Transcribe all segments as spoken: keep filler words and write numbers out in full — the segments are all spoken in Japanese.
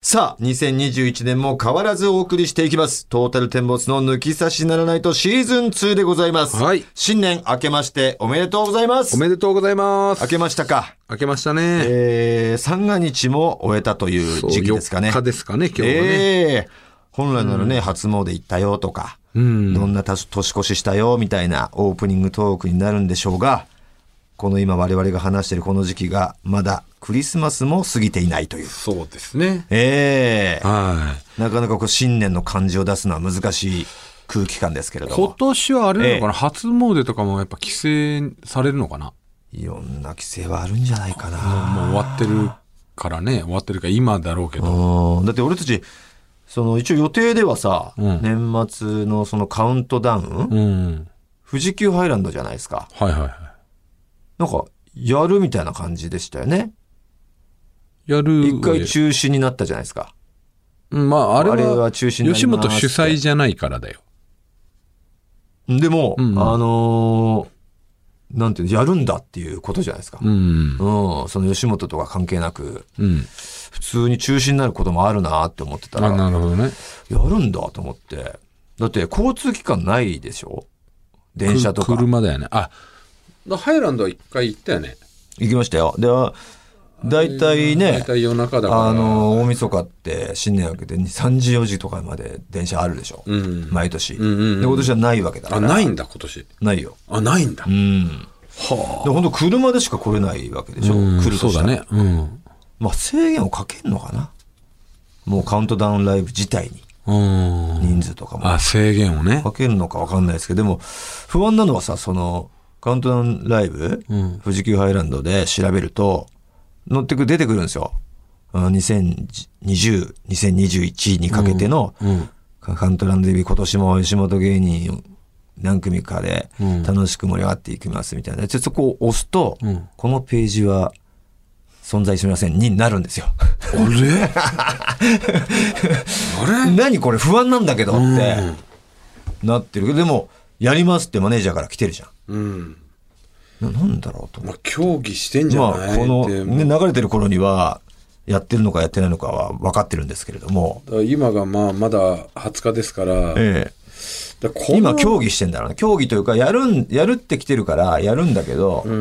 さあ、にせんにじゅういちねんも変わらずお送りしていきます。トータルテンボスの抜き差しならないとシーズンツーでございます。 はい。 新年明けましておめでとうございます。 おめでとうございます。 明けましたか。 明けましたね。 えー、三が日も終えたという時期ですかね。 よっかですかね、今日はね。 えー、本来ならね、うん、初詣行ったよとか、うん、どんな年越ししたよみたいなオープニングトークになるんでしょうが、この今我々が話しているこの時期がまだクリスマスも過ぎていないという。 そうですね。 ええー、 はい。 なかなかこう新年の感じを出すのは難しい空気感ですけれども。 今年はあれなのかな、えー、初詣とかもやっぱ規制されるのかな。 いろんな規制はあるんじゃないかな。 もう終わってるからね、終わってるから今だろうけど。 だって俺たちその一応予定ではさ、うん、年末のそのカウントダウン、うん、富士急ハイランドじゃないですか。 はいはいはい。 なんかやるみたいな感じでしたよね。 やる。 一回中止になったじゃないですか。 まあ、あれは、あれは中止になります吉本主催じゃないからだよ。 でも、うんうん、あのー、なんていうの、やるんだっていうことじゃないですか。 うん、 うん。その吉本とか関係なく、うん、普通に中止になることもあるなって思ってたら、 あ、なるほどね。 やるんだと思って。だって交通機関ないでしょ？電車とか。 車だよね。あ、ハイランドは一回行ったよね。 行きましたよ。では、だいたいね、 だいたい夜中だから。 あの、大晦日って新年明けてさんじよじとかまで電車あるでしょ。うん、毎年、うんうんうん。で、今年はないわけだから。 あ、ないんだ、今年。 ないよ。 あ、ないんだ。 うん。はあ。で、本当車でしか来れないわけでしょ。 うん、 来るとしたら。 そうだね。うん。 まあ、制限をかけんのかな。もうカウントダウンライブ自体に。人数とかも。 あ、制限をね。 かけるのかわかんないですけど、でも、不安なのはさ、その、カウントダウンライブ、うん、富士急ハイランドで調べると、乗ってく、出てくるんですよ。にせんにじゅう、にせんにじゅういちにかけての、うんうん、カウントダウンライブ、今年も吉本芸人何組かで楽しく盛り上がっていきますみたいな。うん、そこを押すと、うん、このページは存在しませんになるんですよ。 あれあれ何これ不安なんだけどって、なってるけど、でも、やりますってマネージャーから来てるじゃん。うん。な, なんだろうと思って。 まあ、協議してんじゃない、 まあ、この、ね、流れてる頃には、やってるのかやってないのかは分かってるんですけれども。 だ今がまあ、まだはつかですから。ええ。 だ今、協議してんだろうね。協議というか、やるん、やるって来てるから、やるんだけど、うん、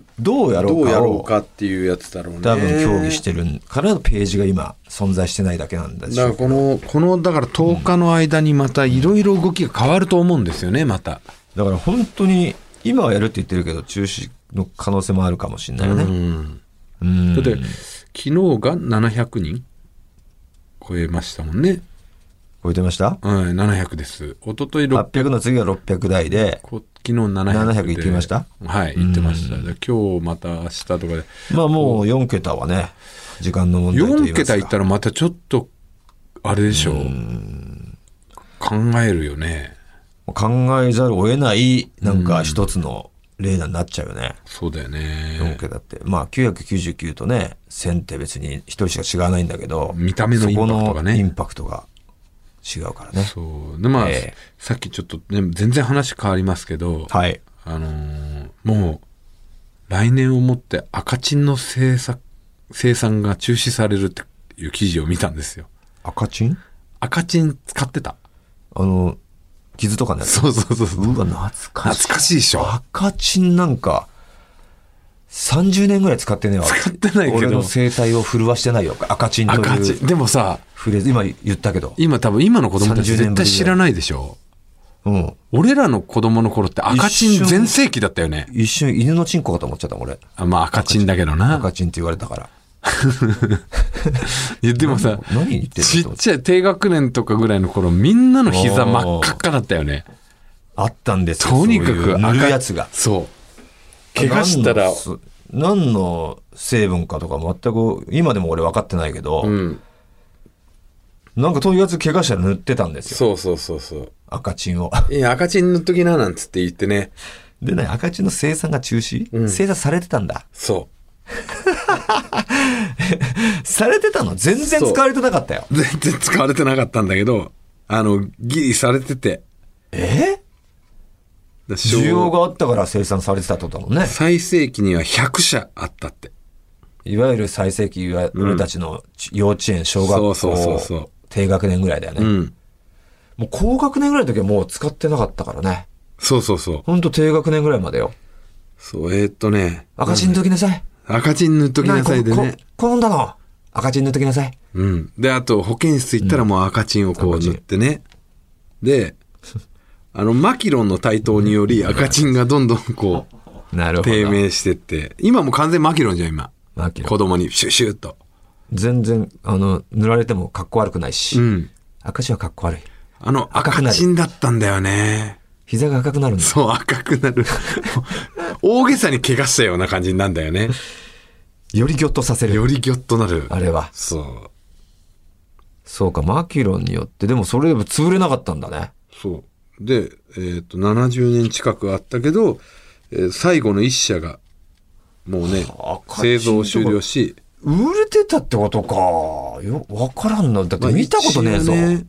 どうやろうかを。 どうやろうかっていうやつだろうね。 多分協議してるからのページが今、存在してないだけなんだし。 だからこの、この、だからとおかの間にまたいろいろ動きが変わると思うんですよね、また。 だから本当に、今はやるって言ってるけど、中止の可能性もあるかもしれないよね。うん。 うん。だって、昨日がななひゃくにん超えましたもんね。 超えてました？ はい、ななひゃくです。一昨日ろっぴゃく。 はっぴゃくの次はろっぴゃく台で。 昨日ななひゃくで。ななひゃく行ってました？ はい、行ってました。今日また明日とかで。 まあもうよん桁はね、時間の問題と言いますか。 よん桁行ったらまたちょっと、あれでしょう。うん考えるよね。 考えざるを得ない、なんか一つの例になっちゃうよね。 そうだよね。 よん桁って。まあきゅうひゃくきゅうじゅうきゅうとね、せんって別に一人しか違わないんだけど、 見た目のインパクトがね。 そこのインパクトが違うからね。 そう。で、まあ、えー、さっきちょっとね、全然話変わりますけど、 はい。 あのー、もう、来年をもって赤チンの生産、生産が中止されるっていう記事を見たんですよ。 赤チン？ 赤チン使ってた。 あの、傷とかのやつ。 そうそうそうそう。 うわ、懐かしい。 懐かしいでしょ。 赤チンなんか、さんじゅうねんぐらい使ってねえわ。 使ってないけど。 俺の声帯を震わしてないよ。赤チンという。 赤チン。でもさ、 フレーズ、今言ったけど。 今多分今の子供たち絶対知らないでしょ。うん。俺らの子供の頃って赤チン全盛期だったよね。 一瞬犬のチンコかと思っちゃった俺。 あ、まあ赤チンだけどな。 赤チンって言われたから。 いやでもさ、 何言ってんの？ ちっちゃい低学年とかぐらいの頃みんなの膝真っ赤っかだったよね。 あったんですよ。 とにかく塗るやつが。 そう。怪我したら何の成分かとか全く今でも俺分かってないけど、うん、なんかとにかく怪我したら塗ってたんですよ。 そうそうそうそう。赤チンを。 いや赤チン塗っときななんつって言ってね。 でね、赤チンの生産が中止、うん、生産されてたんだ。 そう。 されてたの？全然使われてなかったよ。 全然使われてなかったんだけど、あのギリされてて。 え？需要があったから生産されてたってことだもんね。 最盛期にはひゃくしゃあったって。 いわゆる最盛期は俺たちの幼稚園、小学校、 そうそうそうそう低学年ぐらいだよね。 うん。 もう高学年ぐらいの時はもう使ってなかったからね。 そうそうそう。 ほんと低学年ぐらいまでよ。 そう、えー、っとね。 赤チン塗っときなさい。 赤チン塗っときなさいでね。 こ転んだの赤チン塗っときなさい。 うん。で、あと保健室行ったらもう赤チンをこう塗ってね。うん、で、あの、マキロンの台頭により赤チンがどんどんこう、 なるほど。 低迷してって。今も完全マキロンじゃん、今。 マキロン。 子供にシュシュッと。 全然、あの、塗られても格好悪くないし。うん。赤チンは格好悪い。 あの、赤チンだったんだよね。 膝が赤くなるんだ。 そう、赤くなる。大げさに怪我したような感じになるんだよね。 よりギョッとさせる。 よりギョッとなる。 あれは。 そう。 そうか、マキロンによって、でもそれでも潰れなかったんだね。 そう。で、えっと、ななじゅうねん近くあったけど、えー、最後の一社が、もうね、製造を終了し。 売れてたってことか。よ、わからんな。だって見たことねえぞ。まあね、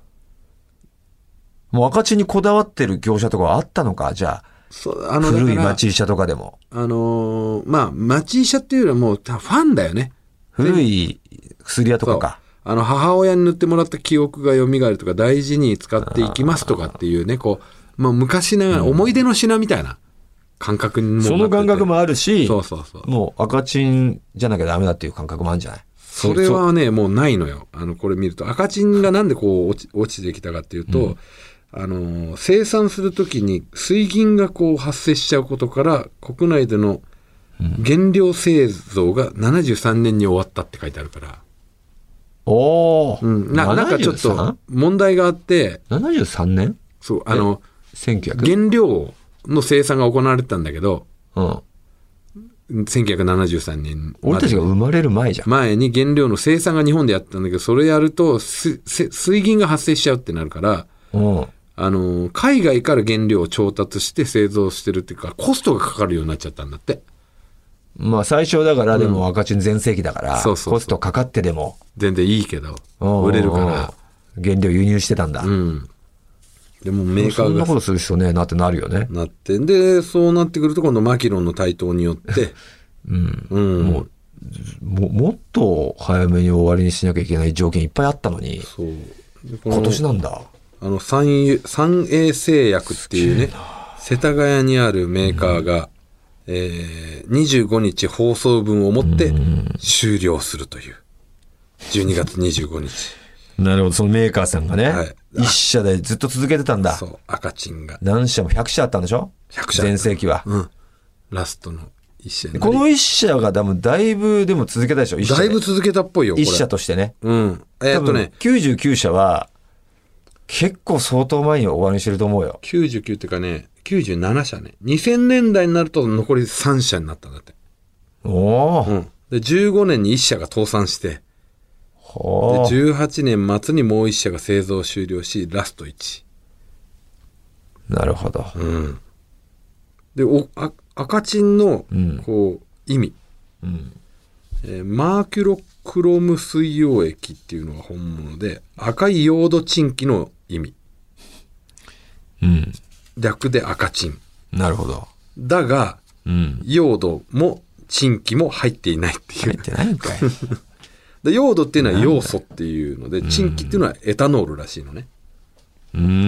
もう赤チンにこだわってる業者とかあったのか、じゃあ。そう、あの、古い町医者とかでも。 あのー、まあ、町医者っていうよりはもう、ファンだよね。 古い薬屋とかか。 あの、母親に塗ってもらった記憶が蘇るとか、大事に使っていきますとかっていうね、こう、まあ、昔ながら思い出の品みたいな感覚にもなってて、 その感覚もあるし、 そうそうそう。 もう赤チンじゃなきゃダメだっていう感覚もあるんじゃない？ それはね、もうないのよ。あの、これ見ると、赤チンがなんでこう落ち、落ちてきたかっていうと、うんあの生産するときに水銀がこう発生しちゃうことから国内での原料製造がななじゅうさんねんに終わったって書いてあるから、 おお、 うん、な, なんかちょっと問題があってななじゅうさんねんそうあのせんきゅうひゃく原料の生産が行われてたんだけど、 うん、 せんきゅうひゃくななじゅうさんねんまで俺たちが生まれる前じゃん。 前に原料の生産が日本でやったんだけど、それやると水銀が発生しちゃうってなるから、うんあの海外から原料を調達して製造してるっていうかコストがかかるようになっちゃったんだって。 まあ最初だからでも赤チン全盛期だから、うん、そうそうそうコストかかってでも全然いいけど売れるから原料輸入してたんだ、 うん、でもメーカーがそんなことする必要ねえなってなるよね。 なってでそうなってくると今度マキロンの台頭によって、 うんうん、もうももっと早めに終わりにしなきゃいけない条件いっぱいあったのにそう今年なんだ。 あの三三栄製薬っていうね世田谷にあるメーカーが、うんえー、にじゅうごにち放送分をもって終了するというじゅうにがつにじゅうごにちなるほど。そのメーカーさんがね、はい、一社でずっと続けてたんだ。 そう赤チンが何社もひゃくしゃあったんでしょ。 ひゃくしゃ全盛期は、 うん、ラストの一社この一社が多分だいぶでも続けたでしょ。一社でだいぶ続けたっぽいよこれ一社としてね、 うんえー、っとねきゅうじゅうきゅうしゃは結構相当前に終わりにしてると思うよ。 きゅうじゅうきゅうっていうかねきゅうじゅうななしゃねにせんねんだいになると残りさんしゃになったんだって。 おー、 うん、でじゅうごねんにいっしゃが倒産してでじゅうはちねん末にもういっしゃが製造終了しラストいち。 なるほど、 うん、でおあ赤チンのこう、うん、意味、うんえー、マーキュロクロム水溶液っていうのが本物で赤いヨードチンキの意味、うん、略で赤チン。 なるほど。 だが、うん、ヨードもチンキも入っていないっていう。 入ってないんかいでヨードっていうのはヨウ素っていうのでチンキっていうのはエタノールらしいのね。うーん、うん、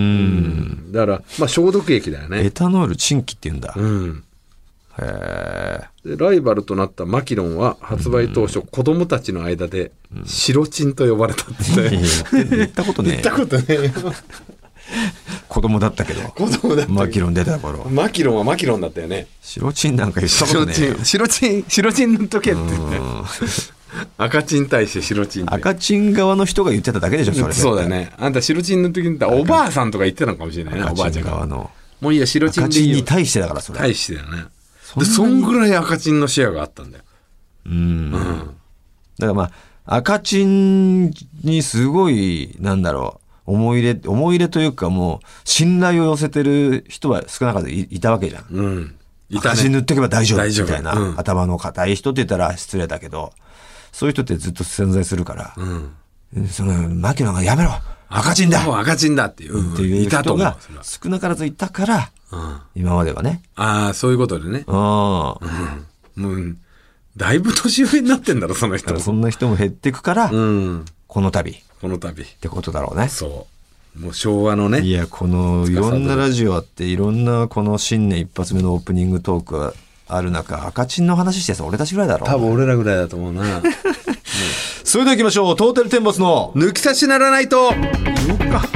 だからまあ消毒液だよね。 エタノールチンキっていうんだ。うん、 へでライバルとなったマキロンは発売当初、うん、子供たちの間で白チンと呼ばれたって言って、 言ったことねえ。 言ったことねえ子供だったけど。 子供だったマキロン出た頃。 マキロンはマキロンだったよね。 白チンなんか言ったことねえ。 白チン白チンの時ってね。赤チンに対して白チンって。 赤チン側の人が言ってただけでしょそれ。 そうだね。あんた白チンの時におばあさんとか言ってたのかもしれないね。おばあちゃん側の。もういいや白チンでいいよ。 赤チンに対してだからそれ。 対してだよね。でそんぐらい赤チンのシェアがあったんだよ。うん。うん、 だからまあ赤チンにすごいなんだろう思い入れ思い入れというかもう信頼を寄せてる人は少なからず い, いたわけじゃん。うん。いたね、赤チン塗っていけば大丈夫みたいな、うん、頭の固い人って言ったら失礼だけどそういう人ってずっと潜在するから、うん、その牧野がやめろ赤チンだ赤チンだっていう、うん、 っていう人が少なからずいたから、うん、今まではね。 ああそういうことでね。うん、もうだいぶ年上になってんだろその人。 そんな人も減ってくから、うん、この度この度ってことだろうね。 そうもう昭和のね。 いやこのいろんなラジオあっていろんなこの新年一発目のオープニングトークがある中、赤チンの話してさ俺たちぐらいだろう。 多分俺らぐらいだと思うな。 それでは行きましょう。トータルテンボスの抜き差しならないと。言おうか。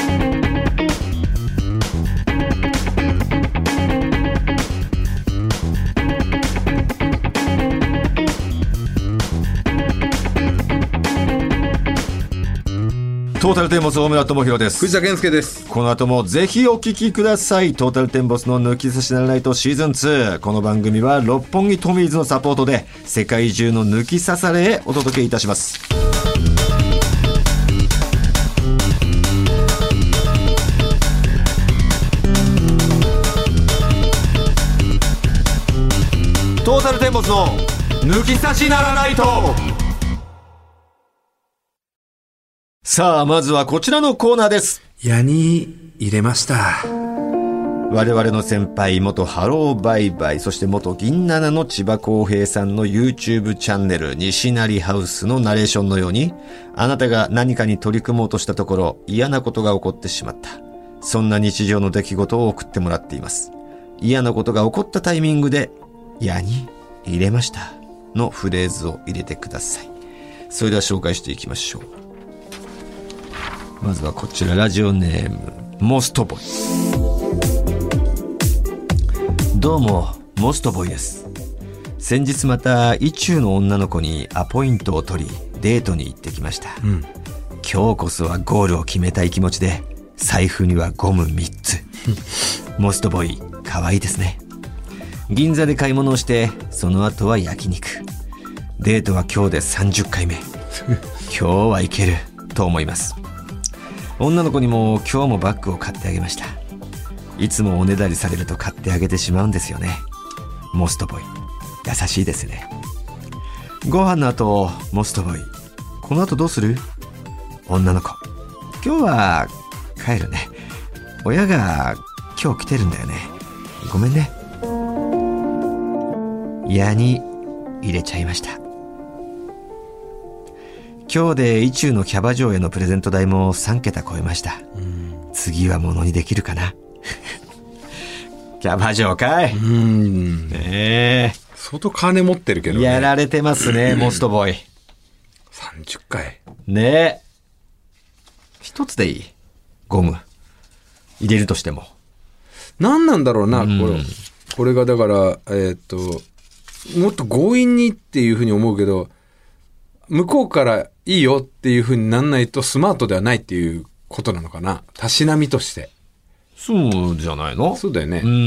トータルテンボス大村智弘です。 藤田健介です。 この後もぜひお聞きください。トータルテンボスの抜き差しならないとシーズンツー。この番組は六本木トミーズのサポートで世界中の抜き差されへお届けいたします。トータルテンボスの抜き差しならないと。さあまずはこちらのコーナーです。 矢に入れました。 我々の先輩元ハローバイバイそして元銀七の千葉公平さんの YouTube チャンネル西成ハウスのナレーションのように、あなたが何かに取り組もうとしたところ嫌なことが起こってしまった、そんな日常の出来事を送ってもらっています。嫌なことが起こったタイミングで矢に入れましたのフレーズを入れてください。それでは紹介していきましょう。まずはこちら、ラジオネームモストボイ。どうもモストボイです。先日また意中の女の子にアポイントを取りデートに行ってきました、うん、今日こそはゴールを決めたい気持ちで財布にはゴムみっつモストボイかわいいですね。銀座で買い物をしてその後は焼肉。デートは今日でさんじゅっかいめ今日はいけると思います。女の子にも今日もバッグを買ってあげました。いつもおねだりされると買ってあげてしまうんですよね。モストボイ優しいですね。ご飯の後、モストボイこの後どうする？女の子今日は帰るね。親が今日来てるんだよね。ごめんね。矢に入れちゃいました。今日で意中のキャバ嬢へのプレゼント代もさんけた超えました。次はものにできるかなキャバ嬢かい。うんねえ相当金持ってるけどね。 やられてますねモストボーイ。 さんじゅっかいねえ。一つでいい。ゴム入れるとしても何なんだろうな、うん、これこれがだからえー、っともっと強引にっていうふうに思うけど、向こうからいいよっていうふうになんないとスマートではないっていうことなのかな。たしなみとして。 そうじゃないの。 そうだよね。 うん。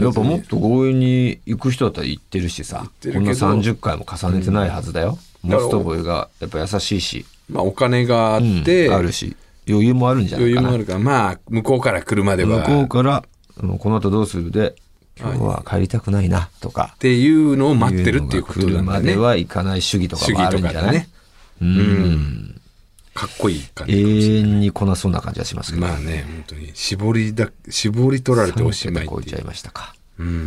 やっぱもっと強引に行く人だったら行ってるしさ。こんなさんじゅっかいも重ねてないはずだよ。うん、モストボーイがやっぱ優しいし。 まあお金があって、 うん、あるし余裕もあるんじゃないかな。 余裕もあるから、まあ向こうから来るまでは。 向こうからこの後どうするで。今日は帰りたくないなとかっていうのを待ってるっていうことなんだね。 来るまでは行かない主義とかもあるんじゃない？ね、うん、うん、 かっこいい感じ。 永遠に来なそうな感じはしますけど。 まあね、本当に絞りだ絞り取られておしまいっていう。 超えちゃいましたか。うん、うん。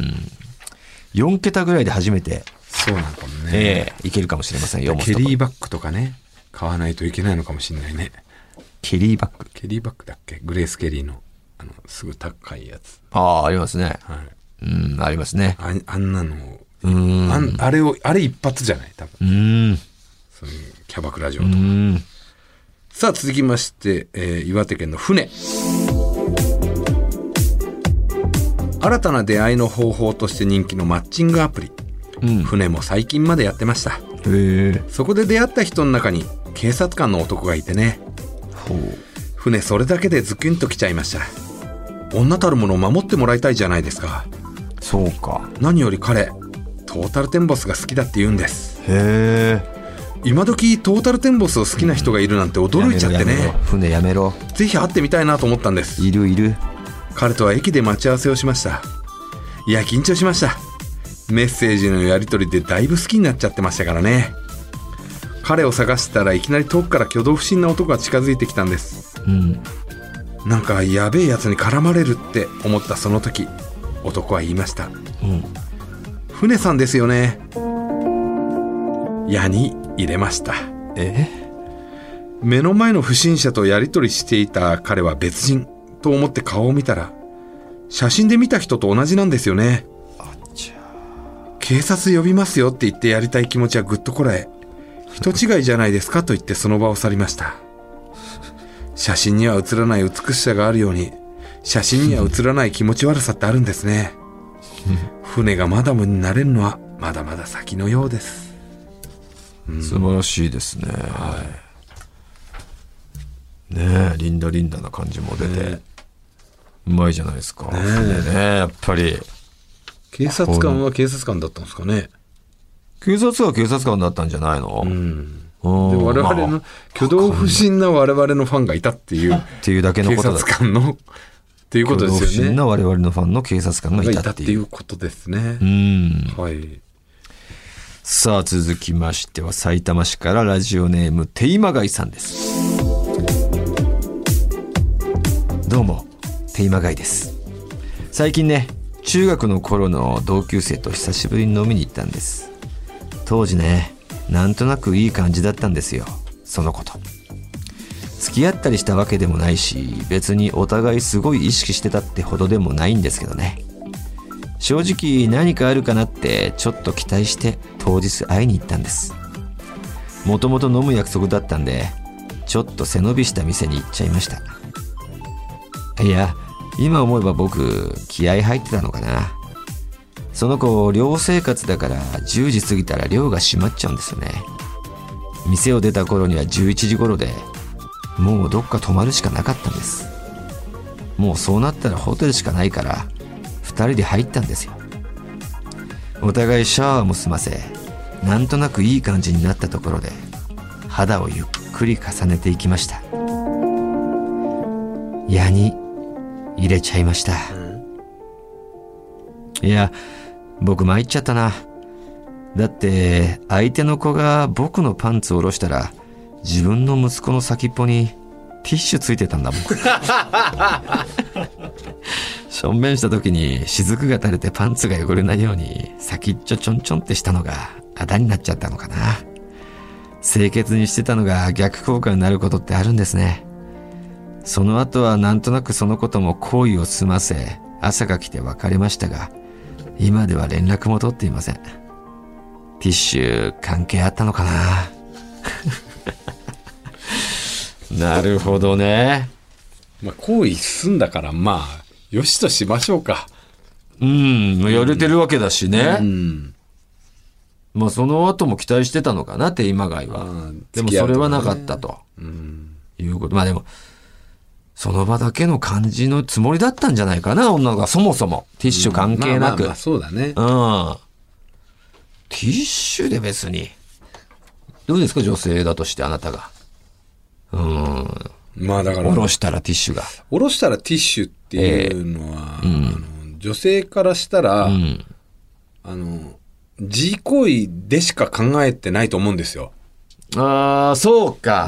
よんけたぐらいで初めて。 そうなのかもね。 ええー、いけるかもしれませんよ。 ケリーバッグとかね、買わないといけないのかもしれないね。 ケリーバッグ。 ケリーバッグだっけ？グレース・ケリーの。あのすぐ高いやつ。 ああ、ありますね。はい。うん、ありますね。 あ, あんなのうん あ, あれをあれ一発じゃない多分。うん。そういうキャバクラ嬢とか。うんさあ続きまして、えー、岩手県の船。新たな出会いの方法として人気のマッチングアプリ、うん、船も最近までやってました。へえ。そこで出会った人の中に警察官の男がいてね。ほう。船それだけでズキュンときちゃいました。女たるものを守ってもらいたいじゃないですか。 そうか。 何より彼トータルテンボスが好きだって言うんです。 へえ。 今時トータルテンボスを好きな人がいるなんて驚いちゃってね、 やめろやめろ船やめろ。 ぜひ会ってみたいなと思ったんです。 いるいる。 彼とは駅で待ち合わせをしました。いや緊張しました。メッセージのやり取りでだいぶ好きになっちゃってましたからね。彼を探したらいきなり遠くから挙動不審な男が近づいてきたんです、うん、なんかやべえやつに絡まれるって思ったその時、男は言いました、うん、船さんですよね。 矢に入れました。 え目の前の不審者とやり取りしていた彼は別人と思って顔を見たら、写真で見た人と同じなんですよね。 あっちゃ。 警察呼びますよって言ってやりたい気持ちはぐっとこらえ、人違いじゃないですかと言ってその場を去りました。写真には写らない美しさがあるように、写真には写らない気持ち悪さってあるんですね。船がマダムになれるのはまだまだ先のようです。 うん、素晴らしいですね。はい、ねえ、リンダリンダな感じも出て、ね、うまいじゃないですか。ねえ、ねえ、やっぱり警察官は警察官だったんですかね。 警察は警察官だったんじゃないの。うん、 で我々の、まあ、挙動不審な我々のファンがいたっていうっていうだけのことだ。 警察官のっていうことですよね。 挙動不審な我々のファンの警察官がいたっていう、 いたっていうことですね。 うん、 はい。 さあ続きましては埼玉市からラジオネームテイマガイさんです。どうもテイマガイです。最近ね、中学の頃の同級生と久しぶりに飲みに行ったんです。当時ね、なんとなくいい感じだったんですよ、その子と。付き合ったりしたわけでもないし、別にお互いすごい意識してたってほどでもないんですけどね。正直何かあるかなってちょっと期待して当日会いに行ったんです。もともと飲む約束だったんで、ちょっと背伸びした店に行っちゃいました。いや、今思えば僕気合入ってたのかな。その子寮生活だからじゅうじ過ぎたら寮が閉まっちゃうんですよね。店を出た頃にはじゅういちじ頃で、もうどっか泊まるしかなかったんです。もうそうなったらホテルしかないからふたりで入ったんですよ。お互いシャワーも済ませ、なんとなくいい感じになったところで肌をゆっくり重ねていきました。矢に入れちゃいました。いや、僕参っちゃったな。だって相手の子が僕のパンツを下ろしたら、自分の息子の先っぽにティッシュついてたんだもん。しょんべんした時に雫が垂れてパンツが汚れないように先っちょちょんちょんってしたのがあだになっちゃったのかな。清潔にしてたのが逆効果になることってあるんですね。その後はなんとなくそのことも好意を済ませ、朝が来て別れましたが、今では連絡も取っていません。ティッシュ関係あったのかな。なるほどね。 まあ好意済んだから、まあよしとしましょうか。 うん、やれてるわけだしね。 うん、 まあその後も期待してたのかな、テイマガイは。でもそれはなかったと、うん、いうこと。まあでもその場だけの感じのつもりだったんじゃないかな、女の子が。そもそもティッシュ関係なく、うん、まあまあまあそうだね。 うん。ティッシュで別にどうですか、女性だとしてあなたが。うん。 まあだから下ろしたらティッシュが。 下ろしたらティッシュっていうのは、えーうん、あの女性からしたら、うん、あの自慰行為でしか考えてないと思うんですよ。 ああ、そうか。 うん。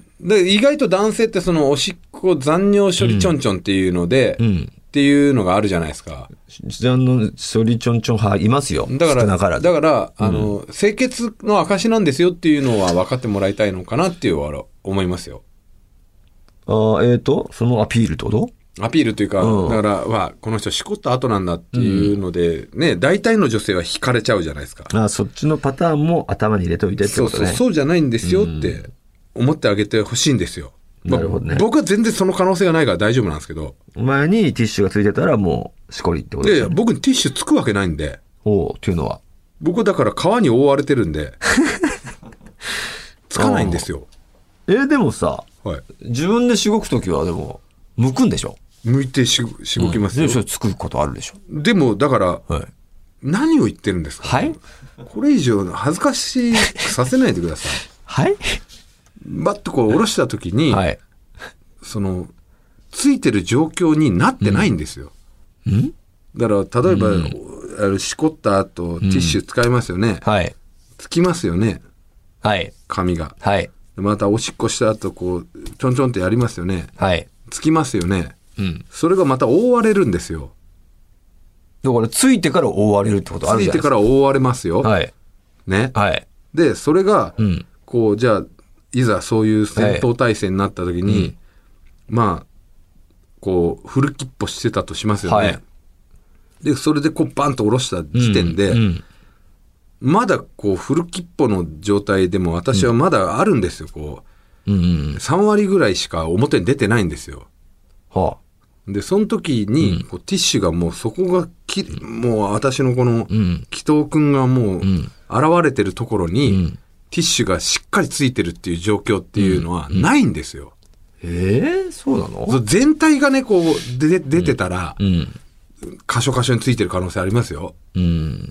で意外と男性ってそのおしっこ残尿処理ちょんちょんっていうので、うんうん、っていうのがあるじゃないですか。 残尿処理ちょんちょん派いますよ。 だから少なからず。 だからあの、うん、清潔の証なんですよっていうのは分かってもらいたいのかなっていうは思いますよ。 ああ、えっとそのアピールってこと？ アピールというか、うん、だからはこの人しこった後なんだっていうので、うん、ね、大体の女性は惹かれちゃうじゃないですか。 ああ、そっちのパターンも頭に入れておいてってことね。 そうそう、そうじゃないんですよって思ってあげてほしいんですよ。 なるほどね。 僕は全然その可能性がないから大丈夫なんですけど。 お前にティッシュがついてたらもうしこりってことですよね。 いやいや、僕にティッシュつくわけないんで。 おう、っていうのは僕だから皮に覆われてるんでつかないんですよ。 えでもさ、 はい、 自分でしごくときはでも剥くんでしょ？ 剥いてしご、しごきますよ。 うん、でつくことあるでしょ。 でもだから、はい、何を言ってるんですか？ はい。 これ以上恥ずかしくさせないでください。 はい。 バッとこう下ろしたときに、 はい、 そのついてる状況になってないんですよ。 うん、 だから例えば、うん、あのしこった後ティッシュ使いますよね。 うん、はい。 つきますよね。 はい。 髪が。 はい。 またおしっこした後こうちょんちょんってやりますよね。 はい。 つきますよね。 うん。 それがまた覆われるんですよ。 だからついてから覆われるってことあるじゃないですか。 ついてから覆われますよ。 はい。 ね。 はい。 でそれが、 うん、 こうじゃあいざそういう戦闘態勢になった時に、はい、まあこう古きっぽしてたとしますよね、はい、でそれでこうバンと下ろした時点で、うんうん、まだこう古きっぽの状態でも私はまだあるんですよ、こう、うんうん、さん割ぐらいしか表に出てないんですよ、はあ、でその時にこうティッシュがもうそこがきもう私のこの紀藤君がもう現れてるところに、うん、ティッシュがしっかりついてるっていう状況っていうのはないんですよ、 うんうん、えー、そうなの？ 全体がねこうで出てたら、うん、箇所箇所についてる可能性ありますよ、うん、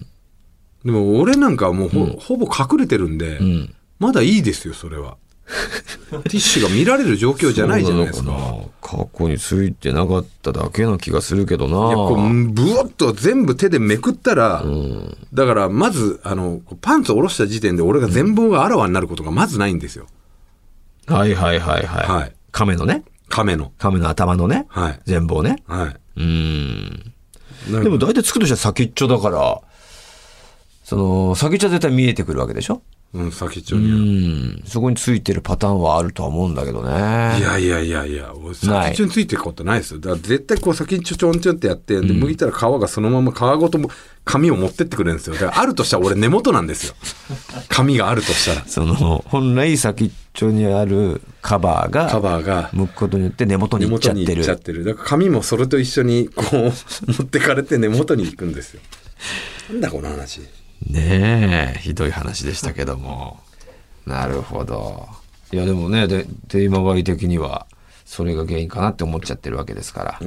でも俺なんかはもう ほ,、うん、ほぼ隠れてるんで、うん、まだいいですよそれはティッシュが見られる状況じゃないじゃないですか。 過去についてなかっただけの気がするけどな。 いやこうブワッと全部手でめくったら、うん、だからまずあのパンツを下ろした時点で俺が全貌があらわになることがまずないんですよ、 うん、はいはいはいはい、はい、亀のね亀の亀の頭のね、はい、全貌ね、 はい、 うーんでも大体つくとしたら先っちょだからその先っちょは絶対見えてくるわけでしょ。 うん、先っちょにうんそこについてるパターンはあるとは思うんだけどね。 いやいやいやいや先っちょについてることないですよ。だから絶対こう先っちょちょんちょんってやって、うん、で剥いたら皮がそのまま皮ごとも髪を持ってってくれるんですよ。だからあるとしたら俺根元なんですよ髪があるとしたらその本来先っちょにあるカバーがカバーが剥くことによって根元に行っちゃってる。 根元に行っちゃってる。だから髪もそれと一緒にこう持ってかれて根元に行くんですよ。なんだこの話ねえひどい話でしたけどもなるほど。いやでもねでテーマ割的にはそれが原因かなって思っちゃってるわけですから。うん、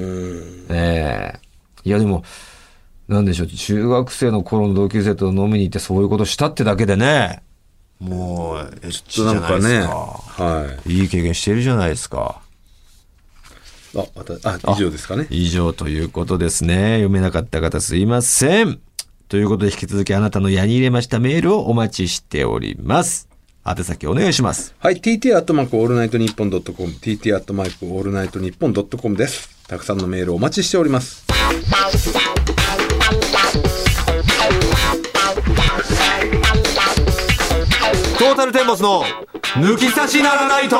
えー、いやでもなんでしょう中学生の頃の同級生と飲みに行ってそういうことしたってだけでねもうエッチじゃないですか。 ねはい、 いい経験してるじゃないですか。 あまたあ以上ですかね。 以上ということですね。読めなかった方すいません。ということで引き続きあなたの矢に入れましたメールをお待ちしております。宛先お願いします。 はい、ティーティー アットマークオールナイトニッポンドットコム ティーティー アットマークオールナイトニッポンドットコム です。たくさんのメールをお待ちしております。 トータルテンボスの抜き差しならないと。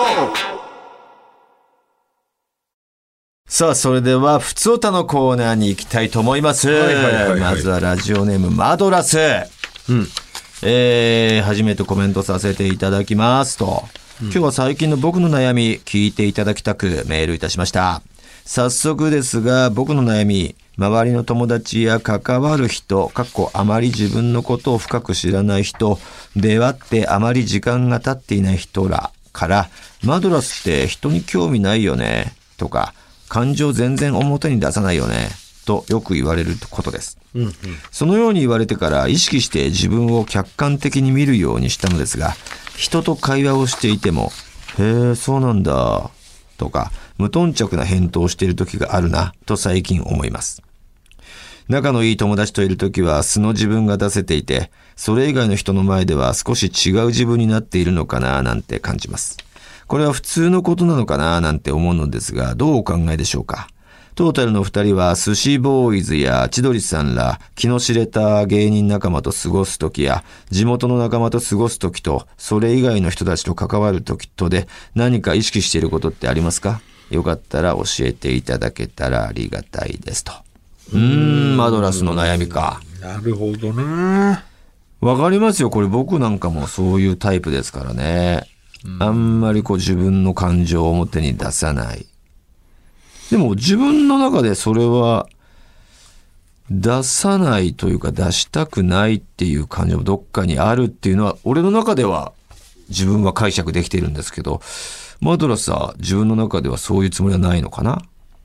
さあそれではふつおたのコーナーに行きたいと思います、はいはいはいはい、まずはラジオネームマドラス、うんえー、初めてコメントさせていただきますと、うん、今日は最近の僕の悩み聞いていただきたくメールいたしました。早速ですが僕の悩み周りの友達や関わる人かっこあまり自分のことを深く知らない人出会ってあまり時間が経っていない人らからマドラスって人に興味ないよねとか感情全然表に出さないよねとよく言われることです、うんうん、そのように言われてから意識して自分を客観的に見るようにしたのですが人と会話をしていてもへえそうなんだとか無頓着な返答をしている時があるなと最近思います。仲のいい友達といる時は素の自分が出せていてそれ以外の人の前では少し違う自分になっているのかななんて感じます。これは普通のことなのかななんて思うのですがどうお考えでしょうか。トータルの二人は寿司ボーイズや千鳥さんら気の知れた芸人仲間と過ごす時や地元の仲間と過ごす時とそれ以外の人たちと関わる時とで何か意識していることってありますか。よかったら教えていただけたらありがたいですと。うーんマドラスの悩みか。 なるほどな。 わかりますよ。これ僕なんかもそういうタイプですからね。あんまりこう自分の感情を表に出さない。でも自分の中でそれは出さないというか出したくないっていう感情もどっかにあるっていうのは俺の中では自分は解釈できているんですけどマドラスは自分の中ではそういうつもりはないのかな。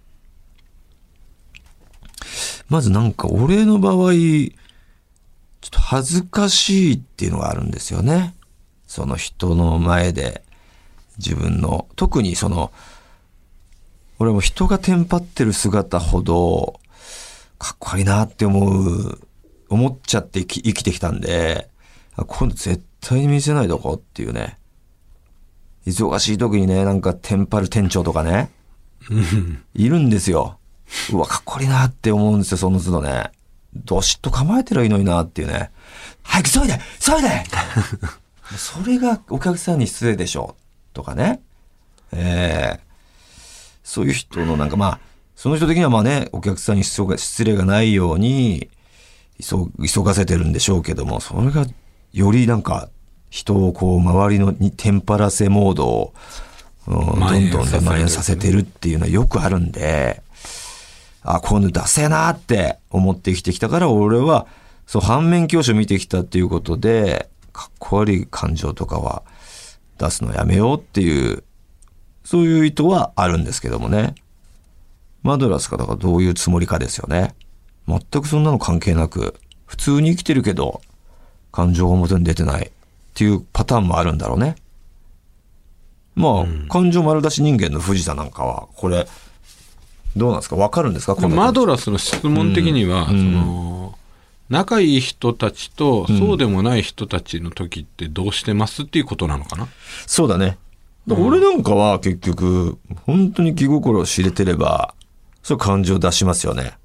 まずなんか俺の場合ちょっと恥ずかしいっていうのがあるんですよね。その人の前で自分の特にその俺も人がテンパってる姿ほどかっこいいなって思う思っちゃって生きてきたんで今度絶対に見せないどこっていうね。忙しい時にねなんかテンパる店長とかねいるんですよ。うわかっこいいなって思うんですよ。その都度ねどしっと構えてりゃいいのになっていうね。早く急いで急いでそれがお客さんに失礼でしょとかね。えー、そういう人のなんかまあ、その人的にはまあね、お客さんに失礼がないように急、急がせてるんでしょうけども、それがよりなんか人をこう周りのにテンパらせモードを、うん、どんどんで蔓延させてるっていうのはよくあるんで、あ、こういうのダセえなって思って生きてきたから、俺はそう反面教師を見てきたっていうことで、かっこ悪い感情とかは出すのやめようっていう、そういう意図はあるんですけどもね。マドラスがだからどういうつもりかですよね。全くそんなの関係なく、普通に生きてるけど感情が表に出てないっていうパターンもあるんだろうね。まあ、うん、感情丸出し人間の藤田なんかはこれどうなんですか、わかるんですか。このマドラスの質問的には、うん、その仲いい人たちとそうでもない人たちの時ってどうしてますっていうことなのかな。 そうだね。俺なんかは結局本当に気心を知れてればそう感情出しますよね。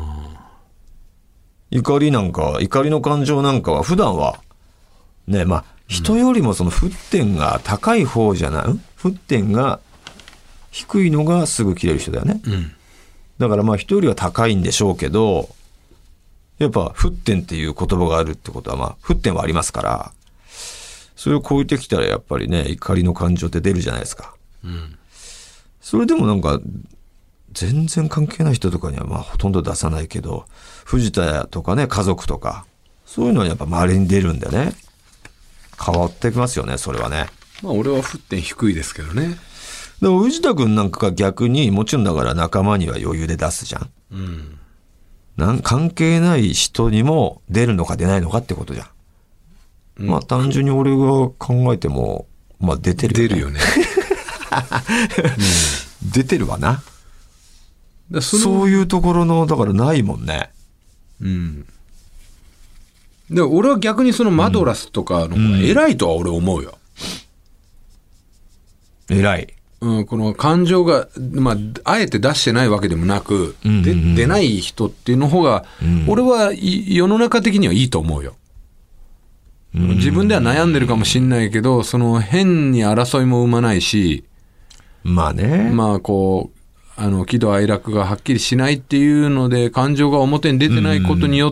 怒りなんか怒りの感情なんかは普段はね、まあ人よりもその沸点が高い方じゃない、うん、沸点が低いのがすぐ切れる人だよね、うん、だからまあ人よりは高いんでしょうけど、やっぱ沸点っていう言葉があるってことはまあ沸点はありますから、それを超えてきたらやっぱりね怒りの感情って出るじゃないですか、うん、それでもなんか全然関係ない人とかにはまあほとんど出さないけど、藤田とかね家族とかそういうのはやっぱ周りに出るんでね、変わってきますよねそれはね。 まあ俺は沸点低いですけどね。 でも藤田君なんかが逆にもちろんだから仲間には余裕で出すじゃん、うん、なん関係ない人にも出るのか出ないのかってことじゃん。まあ単純に俺が考えてもまあ出てるよね。出るよね、うん、出てるわな。だそそういうところのだからないもんね。 うん。で俺は逆にそのマドラスとかの方が偉いとは俺思うよ。 うん、偉い。 うん、この感情がまああえて出してないわけでもなく、うんうんうん、で出ない人っていうの方が、うん、俺は世の中的にはいいと思うよ。自分では悩んでるかもしんないけど、その変に争いも生まないし、 まあね、 まあこうあの喜怒哀楽がはっきりしないっていうので感情が表に出てないことによって、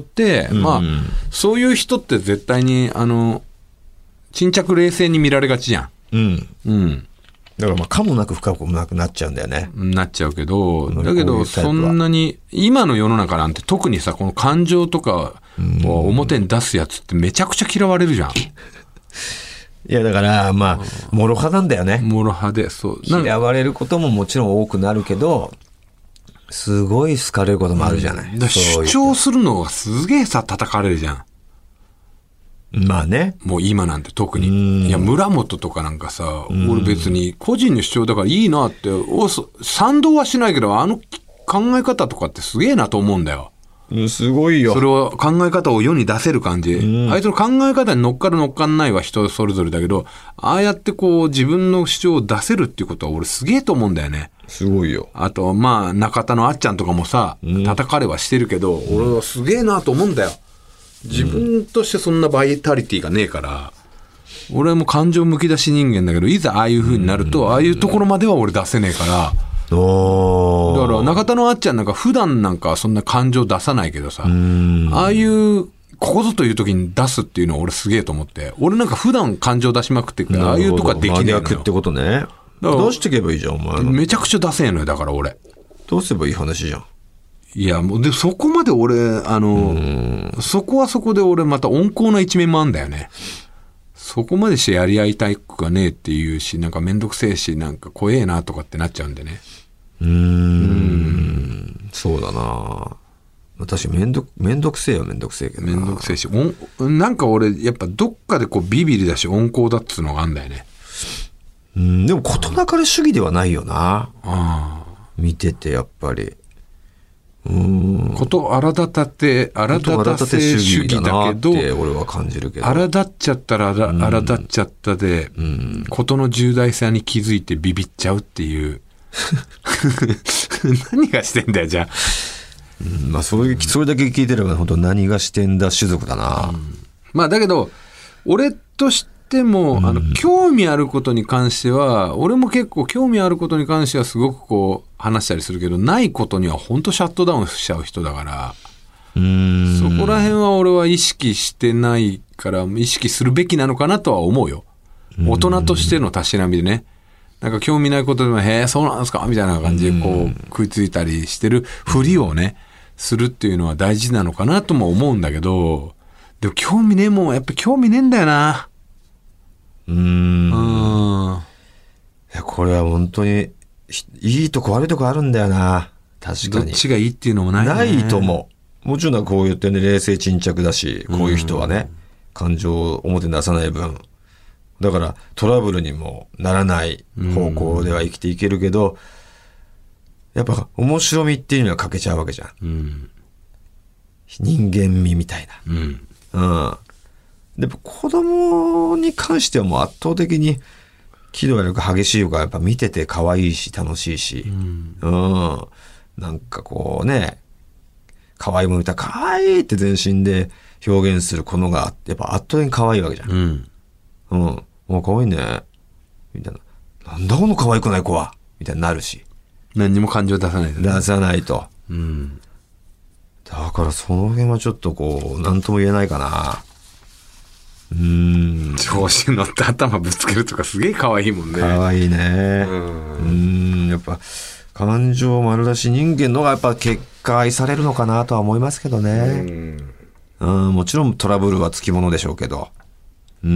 まあそういう人って絶対にあの沈着冷静に見られがちじゃん。うんうん。だからまあ可もなく不可もなくなっちゃうんだよね。 なっちゃうけど、だけどそんなに今の世の中なんて特にさこの感情とかを表に出すやつってめちゃくちゃ嫌われるじゃん。 いやだからまあ諸刃なんだよね。 諸刃でそう嫌われることももちろん多くなるけど、すごい好かれることもあるじゃない。 うん、主張するのがすげえさ叩かれるじゃん。 まあね。 もう今なんて特に。いや村本とかなんかさ、俺別に個人の主張だからいいなって賛同はしないけど、あの考え方とかってすげえなと思うんだよ。 すごいよ。 それを考え方を世に出せる感じ、うん、あいつの考え方に乗っかる乗っかんないは人それぞれだけど、ああやってこう自分の主張を出せるっていうことは俺すげえと思うんだよね。 すごいよ。 あとまあ中田のあっちゃんとかもさ、うん、叩かれはしてるけど、俺はすげえなと思うんだよ。自分としてそんなバイタリティがねえから、俺はもう感情むき出し人間だけど、いざああいう風になると、ああいうところまでは俺出せねえから。おだから中田のあっちゃんなんか普段なんかそんな感情出さないけどさ、ああいうここぞという時に出すっていうのは俺すげえと思って、俺なんか普段感情出しまくってるから、ああいうとこはできねえのよ。 真逆ってことね。出していけばいいじゃんお前の。 めちゃくちゃ出せえのよ。だから俺どうすればいい話じゃん。 いやもうでそこまで俺あのそこはそこで俺また温厚な一面もあんだよね。そこまでしてやり合いたいくはねえっていうし、なんかめんどくせえし、なんか怖えなとかってなっちゃうんでね。うーん、 うんそうだな。私めんどめんどくせえよめんどくせえけどな。 めんどくせえし、おなんか俺やっぱどっかでこうビビりだし温厚だっつうのがあんだよね。 うんでも事なかれ主義ではないよな。あ見ててやっぱり。うんこと荒立たて荒立たせ主義だけど、 俺は感じるけど、 荒立っちゃったら荒立っちゃったで、うん、ことの重大さに気づいてビビっちゃうっていう何がしてんだよじゃあ、 うん、まあそれ、それだけ聞いてれば本当何がしてんだ種族だな、うん、 まあだけど俺とししても、うん、あの興味あることに関しては俺も結構興味あることに関してはすごくこう話したりするけど、ないことには本当シャットダウンしちゃう人だから、うーん、そこら辺は俺は意識してないから意識するべきなのかなとは思うよ。大人としてのたしなみでね、なんか興味ないことでもへえそうなんですかみたいな感じでこう食いついたりしてるふりをねするっていうのは大事なのかなとも思うんだけど、でも興味ねえもんはやっぱ興味ねえんだよな。 うーん、うん、いやこれは本当にいいとこ悪いとこあるんだよな。確かにどっちがいいっていうのもないね。 ないと思う。もちろんこう言ってね冷静沈着だし、こういう人はね、うん、感情を表に出さない分だからトラブルにもならない方向では生きていけるけど、うん、やっぱ面白みっていうのは欠けちゃうわけじゃん、うん、人間味みたいな、うんうん、で子供に関してはもう圧倒的に喜怒哀楽激しい方がやっぱ見てて可愛いし楽しいし、うんうん、なんかこうね可愛いもの見たら可愛いって全身で表現するこのがやっぱ圧倒的に可愛いわけじゃん、うんうん、もう可愛いねみたいな、なんだこの可愛くない子はみたいになるし、 何にも感情出さないと、ね、 出さないと、うん、だからその辺はちょっとこう何とも言えないかな。うーん、 調子に乗って頭ぶつけるとかすげえ可愛いもんね。 可愛いね。うん、うーん、やっぱ感情丸出し人間のがやっぱ結果愛されるのかなとは思いますけどね。うん、うん、もちろんトラブルはつきものでしょうけど、うん、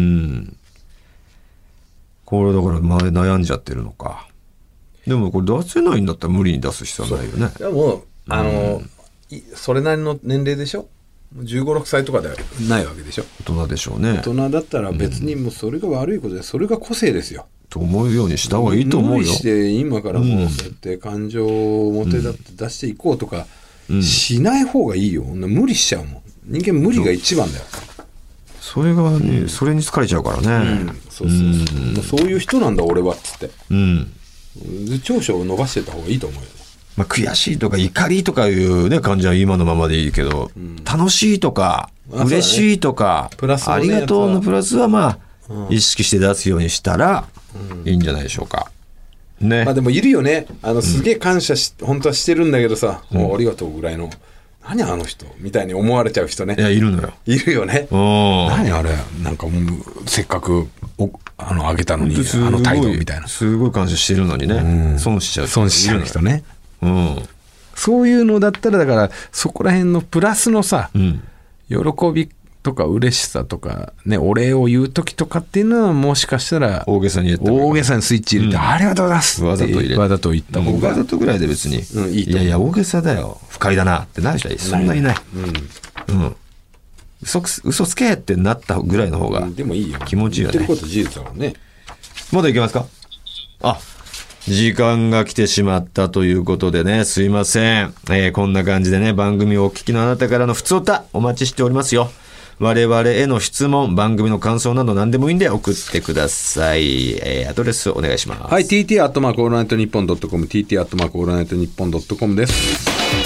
これだから悩んじゃってるのか。でもこれ出せないんだったら無理に出す必要はないよね。 でもあの、うん、それなりの年齢でしょ。じゅうご、ろくさいとかではないわけでしょ。 大人でしょうね。 大人だったら別にもうそれが悪いことで、それが個性ですよ。 と思うようにした方がいいと思うよ。 無理して今からもうそうやって感情を表立って出していこうとかしない方がいいよ。無理しちゃうもん。人間無理が一番だよ。 それがね、うん、それに疲れちゃうからね。うん、 そうそうそう。うん、そういう人なんだ俺はっつって。うん。長所を伸ばしてた方がいいと思うよ。 まあ、悔しいとか怒りとかいうね感じは今のままでいいけど、うん、楽しいとか嬉しいとか、ね、プラスありがとうのプラスはまあ、うん、意識して出すようにしたらいいんじゃないでしょうか、ね。 まあでもいるよね、あのすげえ感謝し、うん、本当はしてるんだけどさ、うん、ありがとうぐらいの何あの人みたいに思われちゃう人ね。 いやいるのよ。 いるよね。何あれなんかもうせっかくおあのあげたのにあの態度みたいな、 すごい感謝してるのにね、うん、損しちゃう損しちゃう人ね。うん、そういうのだったらだからそこら辺のプラスのさ、うん、喜びとか嬉しさとかね、お礼を言う時とかっていうのはもしかしたら大げさに言った大げさにスイッチ入れて、うん、ありがとうございますわざと入れわざと言った方がわざとぐらいで別に、うん、いいと思う。いやいや大げさだよ不快だなってなる人はそんなにない。うん、うん、嘘, 嘘つけってなったぐらいの方が気持ちいいよね。 言ってること事実だもんね。 まだいけますか。あ、時間が来てしまったということでね、すいません、えー、こんな感じでね番組をお聞きのあなたからのふつおたお待ちしておりますよ。我々への質問、番組の感想など何でもいいんで送ってください。えー、アドレスお願いします。 はい、ティーティー アットマークオールナイトニッポンドットコム ティーティー アットマークオールナイトニッポンドットコムです。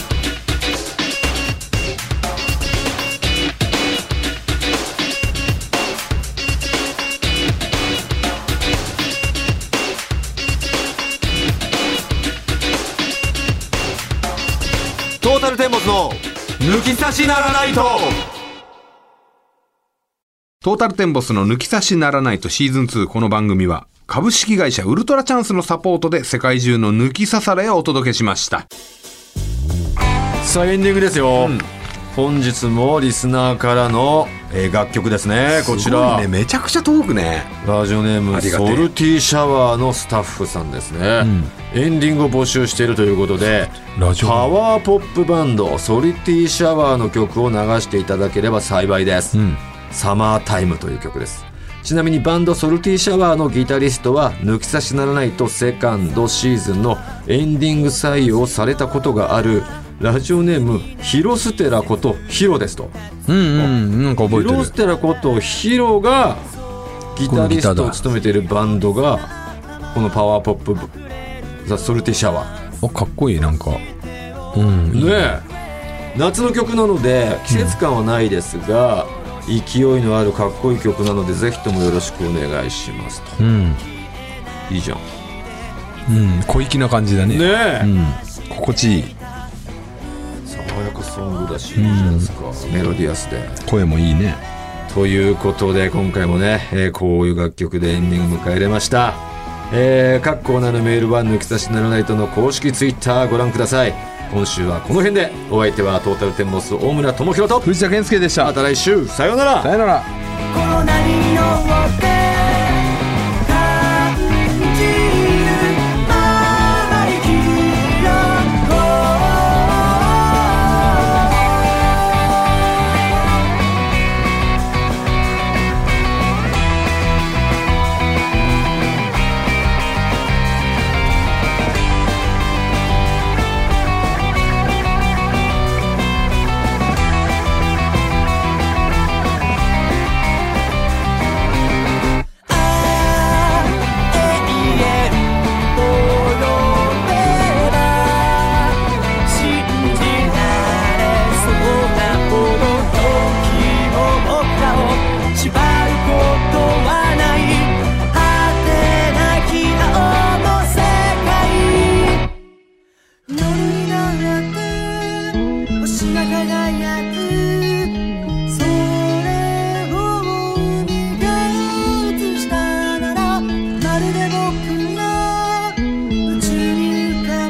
トータルテンボスの抜き差しならないと。 トータルテンボスの抜き差しならないとシーズンツー。この番組は株式会社ウルトラチャンスのサポートで世界中の抜き差されをお届けしました。 さあエンディングですよ、うん、本日もリスナーからの、えー、楽曲ですね。こちら、 ね、めちゃくちゃ届くね。 ラジオネームソルティシャワーのスタッフさんですね、うん、エンディングを募集しているということでラジオパワーポップバンドソルティシャワーの曲を流していただければ幸いです、うん、サマータイムという曲です。ちなみにバンドソルティシャワーのギタリストは抜き差しならないとセカンドシーズンのエンディング採用されたことがあるラジオネームヒロステラことヒロですと。 うんうん、なんか覚えてる。 ヒロステラことヒロがギタリストを務めているバンドがこのパワーポップザ・ソルティシャワー。 あ、かっこいい。なんか、 うん、ねえ夏の曲なので季節感はないですが、 勢いのあるかっこいい曲なのでぜひともよろしくお願いしますと、うん、いいじゃん、 うん、小粋な感じだね。 ねえ、 うん、心地いい爽やかソングだし、いいじゃないですか、うん、メロディアスで声もいいね。 ということで今回もね、えー、こういう楽曲でエンディング迎えれました。えー、各コーナーのメールは抜き差しならないとの公式ツイッターご覧ください。今週はこの辺で、お相手はトータルテンボス大村智広と藤田健介でした。 また来週、さようなら。 さようなら。この波の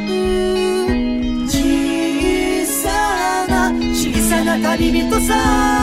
旅人さ